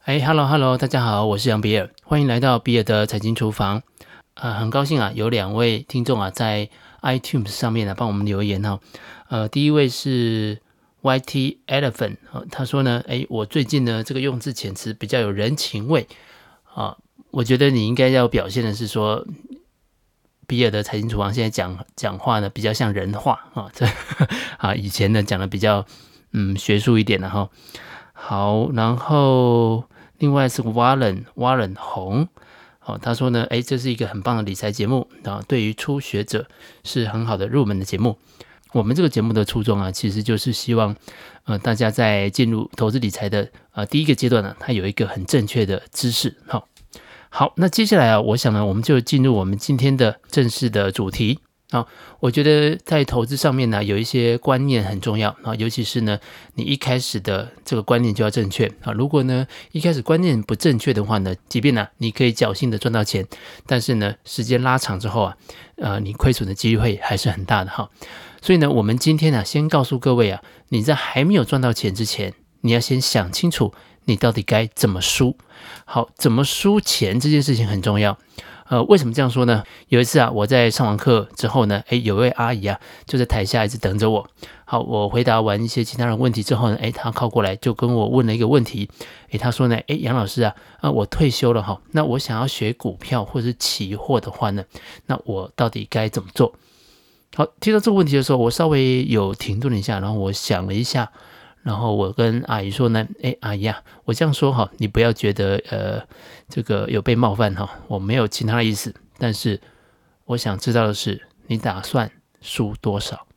Hello，大家好，我是杨比尔，欢迎来到比尔的财经厨房。很高兴有2位听众在 iTunes 上面帮我们留言第一位是 YT Elephant，他说呢，我最近呢这个用字遣词比较有人情味我觉得你应该要表现的是说，比尔的财经厨房现在讲话呢比较像人话以前呢讲的比较学术一点的好，然后另外是 Warren 洪他说呢，这是一个很棒的理财节目对于初学者是很好的入门的节目。我们这个节目的初衷其实就是希望大家在进入投资理财的第一个阶段呢，它有一个很正确的知识。好，那接下来我想呢，我们就进入我们今天的正式的主题。我觉得在投资上面呢，有一些观念很重要尤其是呢，你一开始的这个观念就要正确如果呢一开始观念不正确的话呢，即便你可以侥幸的赚到钱，但是呢时间拉长之后你亏损的机会还是很大的所以呢，我们今天先告诉各位你在还没有赚到钱之前，你要先想清楚你到底该怎么输。好，怎么输钱这件事情很重要。为什么这样说呢？有一次我在上完课之后呢，有位阿姨就在台下一直等着我。好，我回答完一些其他人问题之后呢，她靠过来就跟我问了一个问题。她说呢，杨老师我退休了那我想要学股票或是期货的话呢，那我到底该怎么做？好，听到这个问题的时候，我稍微有停顿了一下，然后我想了一下，然后我跟阿姨说呢，阿姨我这样说你不要觉得这个有被冒犯我没有其他的意思，但是我想知道的是，你打算输多少？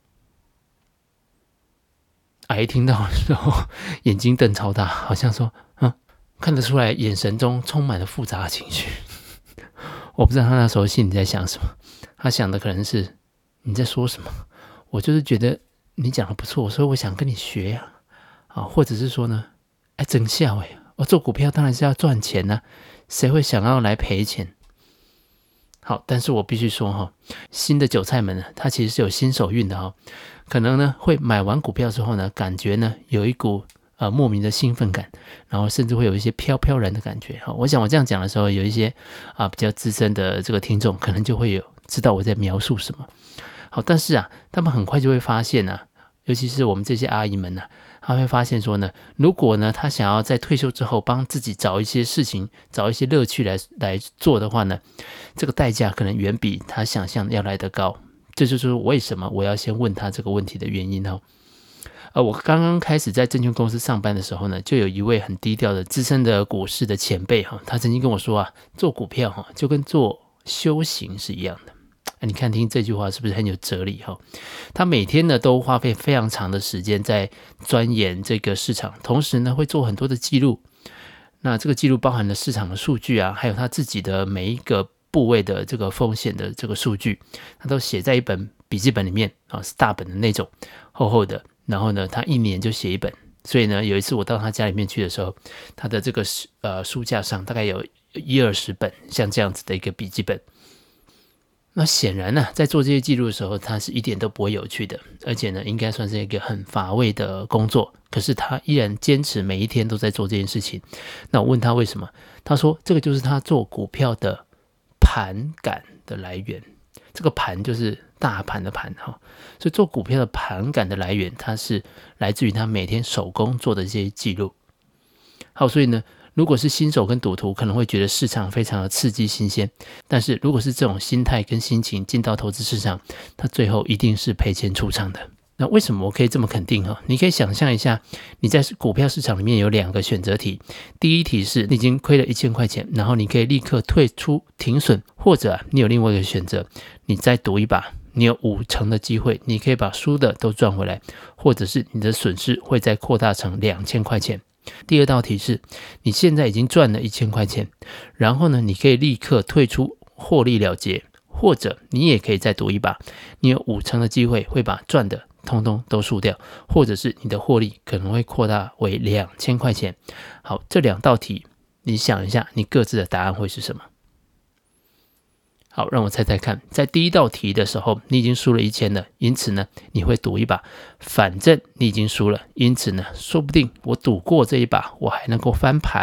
阿姨听到的时候眼睛瞪超大，好像说看得出来眼神中充满了复杂的情绪。我不知道他那时候心里在想什么，他想的可能是你在说什么？我就是觉得你讲的不错，所以我想跟你学或者是说呢，真笑我做股票当然是要赚钱谁会想要来赔钱？好，但是我必须说新的韭菜们呢，他其实是有新手运的可能呢会买完股票之后呢，感觉呢有一股莫名的兴奋感，然后甚至会有一些飘飘然的感觉我想我这样讲的时候，有一些比较资深的这个听众可能就会有知道我在描述什么。好，但是他们很快就会发现尤其是我们这些阿姨们他会发现说呢，如果呢他想要在退休之后帮自己找一些事情，找一些乐趣来做的话呢，这个代价可能远比他想象要来得高。这就是为什么我要先问他这个问题的原因我刚刚开始在证券公司上班的时候呢，就有一位很低调的资深的股市的前辈他曾经跟我说做股票就跟做修行是一样的。你看听这句话是不是很有哲理他每天呢都花费非常长的时间在钻研这个市场，同时呢会做很多的记录。那这个记录包含了市场的数据还有他自己的每一个部位的这个风险的这个数据，他都写在一本笔记本里面是大本的那种厚厚的。然后呢他1年就写一本，所以呢有一次我到他家里面去的时候，他的这个书架上大概有10-20本像这样子的一个笔记本。那显然在做这些记录的时候，他是一点都不会有趣的，而且呢应该算是一个很乏味的工作，可是他依然坚持每一天都在做这件事情。那我问他为什么，他说这个就是他做股票的盘感的来源。这个盘就是大盘的盘所以做股票的盘感的来源，它是来自于他每天手工做的这些记录。好，所以呢如果是新手跟赌徒可能会觉得市场非常的刺激新鲜，但是如果是这种心态跟心情进到投资市场，他最后一定是赔钱出场的。那为什么我可以这么肯定你可以想象一下，你在股票市场里面有2个选择题。第一题是你已经亏了1000块钱，然后你可以立刻退出停损，或者你有另外一个选择，你再赌一把，你有50%的机会你可以把输的都赚回来，或者是你的损失会再扩大成2000块钱。第二道题是你现在已经赚了1000块钱，然后呢你可以立刻退出获利了结，或者你也可以再赌一把，你有50%的机会会把赚的通通都输掉，或者是你的获利可能会扩大为2000块钱。好，这2道题你想一下你各自的答案会是什么？好，让我猜猜看，在第一道题的时候你已经输了1000了，因此呢你会赌一把，反正你已经输了，因此呢说不定我赌过这一把我还能够翻盘，对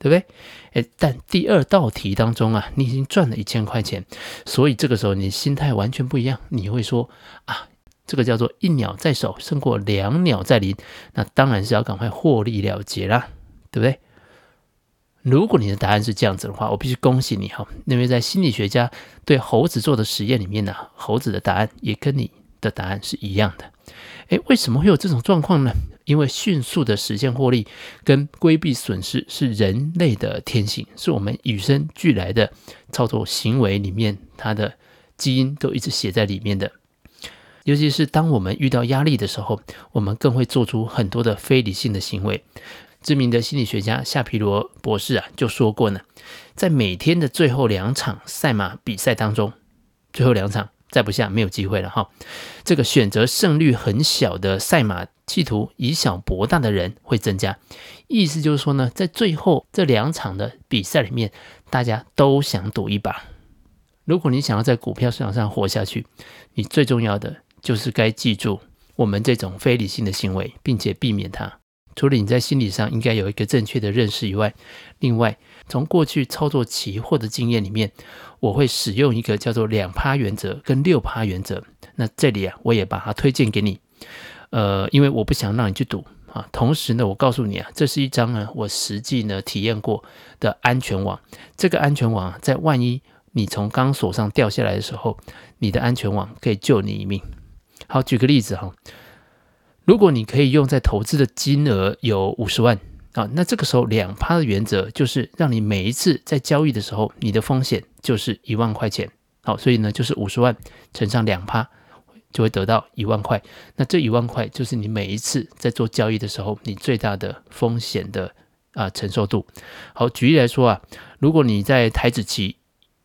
对不对？但第二道题当中啊，你已经赚了1000块钱，所以这个时候你心态完全不一样，你会说啊，这个叫做一鸟在手胜过两鸟在林，那当然是要赶快获利了结啦，对不对？如果你的答案是这样子的话，我必须恭喜你哈，因为在心理学家对猴子做的实验里面呢，猴子的答案也跟你的答案是一样的。为什么会有这种状况呢？因为迅速的实现获利跟规避损失是人类的天性，是我们与生俱来的操作行为里面，它的基因都一直写在里面的。尤其是当我们遇到压力的时候，我们更会做出很多的非理性的行为。知名的心理学家夏皮罗博士就说过呢，在每天的最后2场赛马比赛当中，最后2场再不下没有机会了哈。这个选择胜率很小的赛马，企图以小博大的人会增加。意思就是说呢，在最后这2场的比赛里面，大家都想赌一把。如果你想要在股票市场上活下去，你最重要的就是该记住我们这种非理性的行为，并且避免它。除了你在心理上应该有一个正确的认识以外，另外从过去操作期货的经验里面，我会使用一个叫做2%原则跟6%原则。那这里我也把它推荐给你，因为我不想让你去赌啊。同时呢，我告诉你这是一张我实际体验过的安全网。这个安全网在万一你从钢索上掉下来的时候，你的安全网可以救你一命。好，举个例子如果你可以用在投资的金额有50万那这个时候2%的原则就是让你每一次在交易的时候，你的风险就是1万块钱。好，所以呢就是50万乘上2%，就会得到1万块。那这1万块就是你每一次在做交易的时候，你最大的风险的承受度。好，举例来说如果你在台指期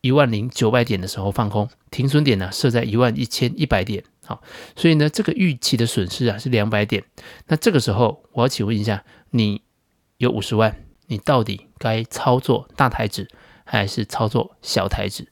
10900点的时候放空，停损点设在11100点。好，所以呢，这个预期的损失是200点。那这个时候，我要请问一下，你有50万，你到底该操作大台指还是操作小台指？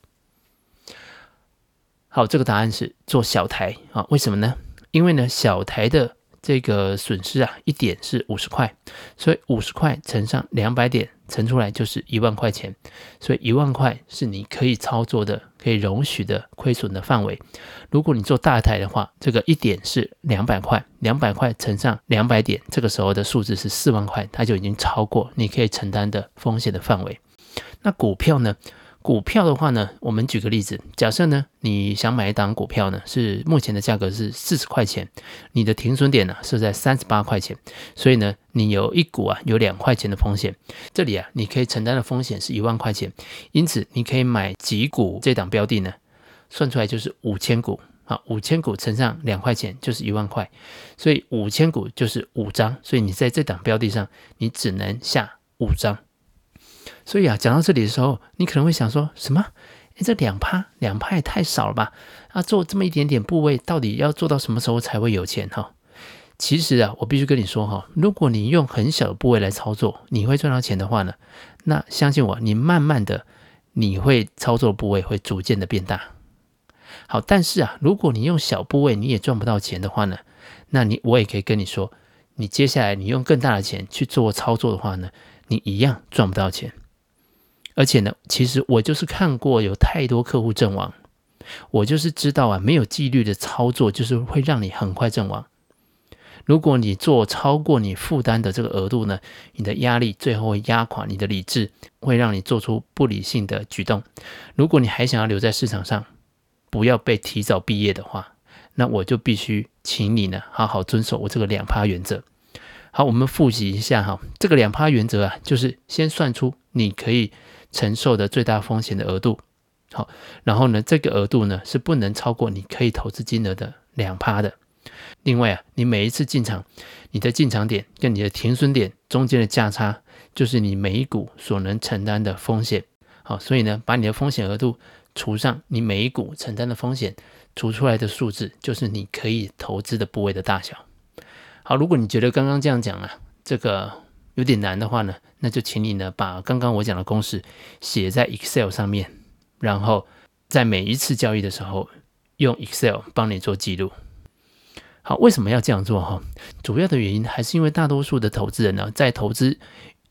好，这个答案是做小台为什么呢？因为呢，小台的这个损失一点是50块，所以50块乘上200点乘出来就是1万块钱，所以1万块是你可以操作的、可以容许的亏损的范围。如果你做大台的话，这个1点是200块，200块乘上200点，这个时候的数字是4万块，它就已经超过你可以承担的风险的范围。那股票呢？股票的话呢，我们举个例子，假设呢你想买一档股票呢，是目前的价格是40块钱，你的停损点设在38块钱，所以呢你有一股有2块钱的风险，这里你可以承担的风险是1万块钱，因此你可以买几股这档标的呢，算出来就是5000股，5000股乘上2块钱就是1万块，所以5000股就是5张，所以你在这档标的上你只能下5张。所以讲到这里的时候，你可能会想说什么？这2%也太少了吧？做这么一点点部位，到底要做到什么时候才会有钱其实我必须跟你说如果你用很小的部位来操作，你会赚到钱的话呢，那相信我，你慢慢的你会操作的部位会逐渐的变大。好，但是如果你用小部位你也赚不到钱的话呢，那我也可以跟你说，你接下来你用更大的钱去做操作的话呢，你一样赚不到钱。而且呢，其实我就是看过有太多客户阵亡，我就是知道没有纪律的操作就是会让你很快阵亡。如果你做超过你负担的这个额度呢，你的压力最后会压垮你的理智，会让你做出不理性的举动。如果你还想要留在市场上，不要被提早毕业的话，那我就必须请你呢好好遵守我这个2%原则。好，我们复习一下这个2%原则就是先算出你可以承受的最大风险的额度。好，然后呢，这个额度呢是不能超过你可以投资金额的2%的。另外你每一次进场，你的进场点跟你的停损点中间的价差，就是你每一股所能承担的风险。好，所以呢，把你的风险额度除上你每一股承担的风险，除出来的数字就是你可以投资的部位的大小。好，如果你觉得刚刚这样讲这个有点难的话呢，那就请你呢把刚刚我讲的公式写在 Excel 上面，然后在每一次交易的时候用 Excel 帮你做记录。好，为什么要这样做主要的原因还是因为大多数的投资人呢，在投资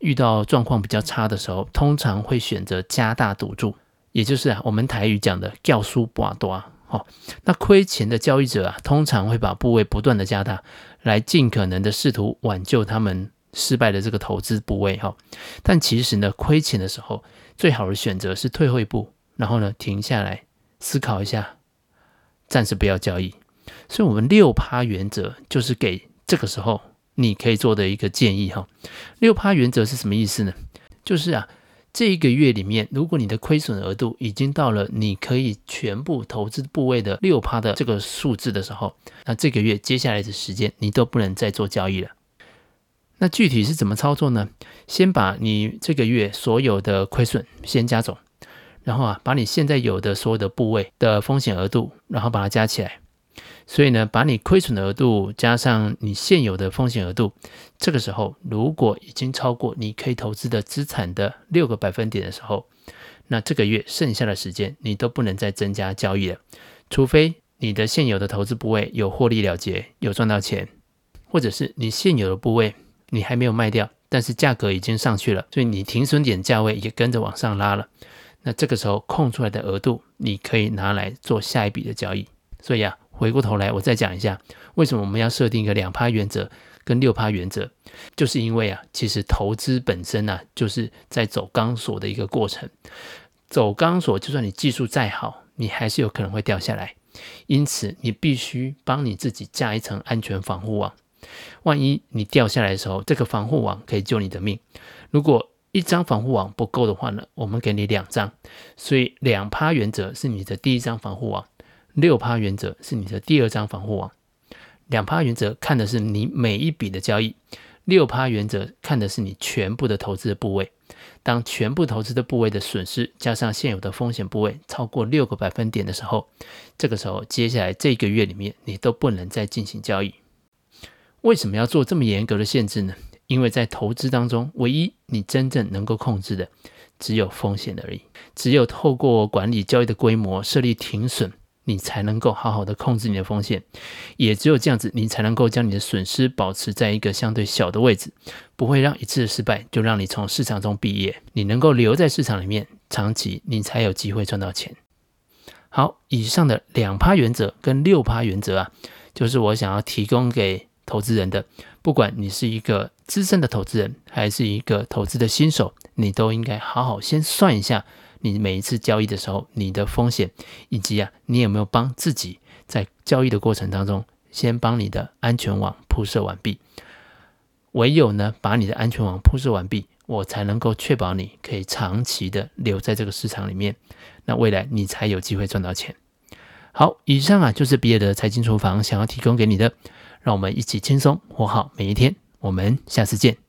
遇到状况比较差的时候，通常会选择加大赌注，也就是我们台语讲的叫输拔多。那亏钱的交易者通常会把部位不断的加大，来尽可能的试图挽救他们失败的这个投资部位。但其实呢，亏钱的时候最好的选择是退后一步，然后呢停下来思考一下，暂时不要交易。所以我们6%原则就是给这个时候你可以做的一个建议。6%原则是什么意思呢？就是这一个月里面，如果你的亏损额度已经到了你可以全部投资部位的 6% 的这个数字的时候，那这个月接下来的时间你都不能再做交易了。那具体是怎么操作呢？先把你这个月所有的亏损先加总，然后把你现在有的所有的部位的风险额度，然后把它加起来。所以呢，把你亏损的额度加上你现有的风险额度，这个时候如果已经超过你可以投资的资产的6个百分点的时候，那这个月剩下的时间你都不能再增加交易了，除非你的现有的投资部位有获利了结，有赚到钱，或者是你现有的部位你还没有卖掉，但是价格已经上去了，所以你停损点价位也跟着往上拉了，那这个时候空出来的额度你可以拿来做下一笔的交易。所以回过头来我再讲一下，为什么我们要设定一个 2% 原则跟 6% 原则，就是因为其实投资本身就是在走钢索的一个过程。走钢索就算你技术再好，你还是有可能会掉下来，因此你必须帮你自己架一层安全防护网。万一你掉下来的时候，这个防护网可以救你的命。如果一张防护网不够的话呢，我们给你2张，所以 2% 原则是你的第一张防护网，6% 原则是你的第二张防护网。2% 原则看的是你每一笔的交易，6% 原则看的是你全部的投资的部位。当全部投资的部位的损失加上现有的风险部位超过6个百分点的时候，这个时候接下来这个月里面你都不能再进行交易。为什么要做这么严格的限制呢？因为在投资当中，唯一你真正能够控制的只有风险而已。只有透过管理交易的规模，设立停损，你才能够好好的控制你的风险，也只有这样子，你才能够将你的损失保持在一个相对小的位置，不会让一次的失败就让你从市场中毕业。你能够留在市场里面，长期你才有机会赚到钱。好，以上的 2% 原则跟 6% 原则就是我想要提供给投资人的。不管你是一个资深的投资人，还是一个投资的新手，你都应该好好先算一下你每一次交易的时候你的风险，以及你有没有帮自己在交易的过程当中先帮你的安全网铺设完毕。唯有呢把你的安全网铺设完毕，我才能够确保你可以长期的留在这个市场里面，那未来你才有机会赚到钱。好，以上就是比尔的财经厨房想要提供给你的，让我们一起轻松活好每一天，我们下次见。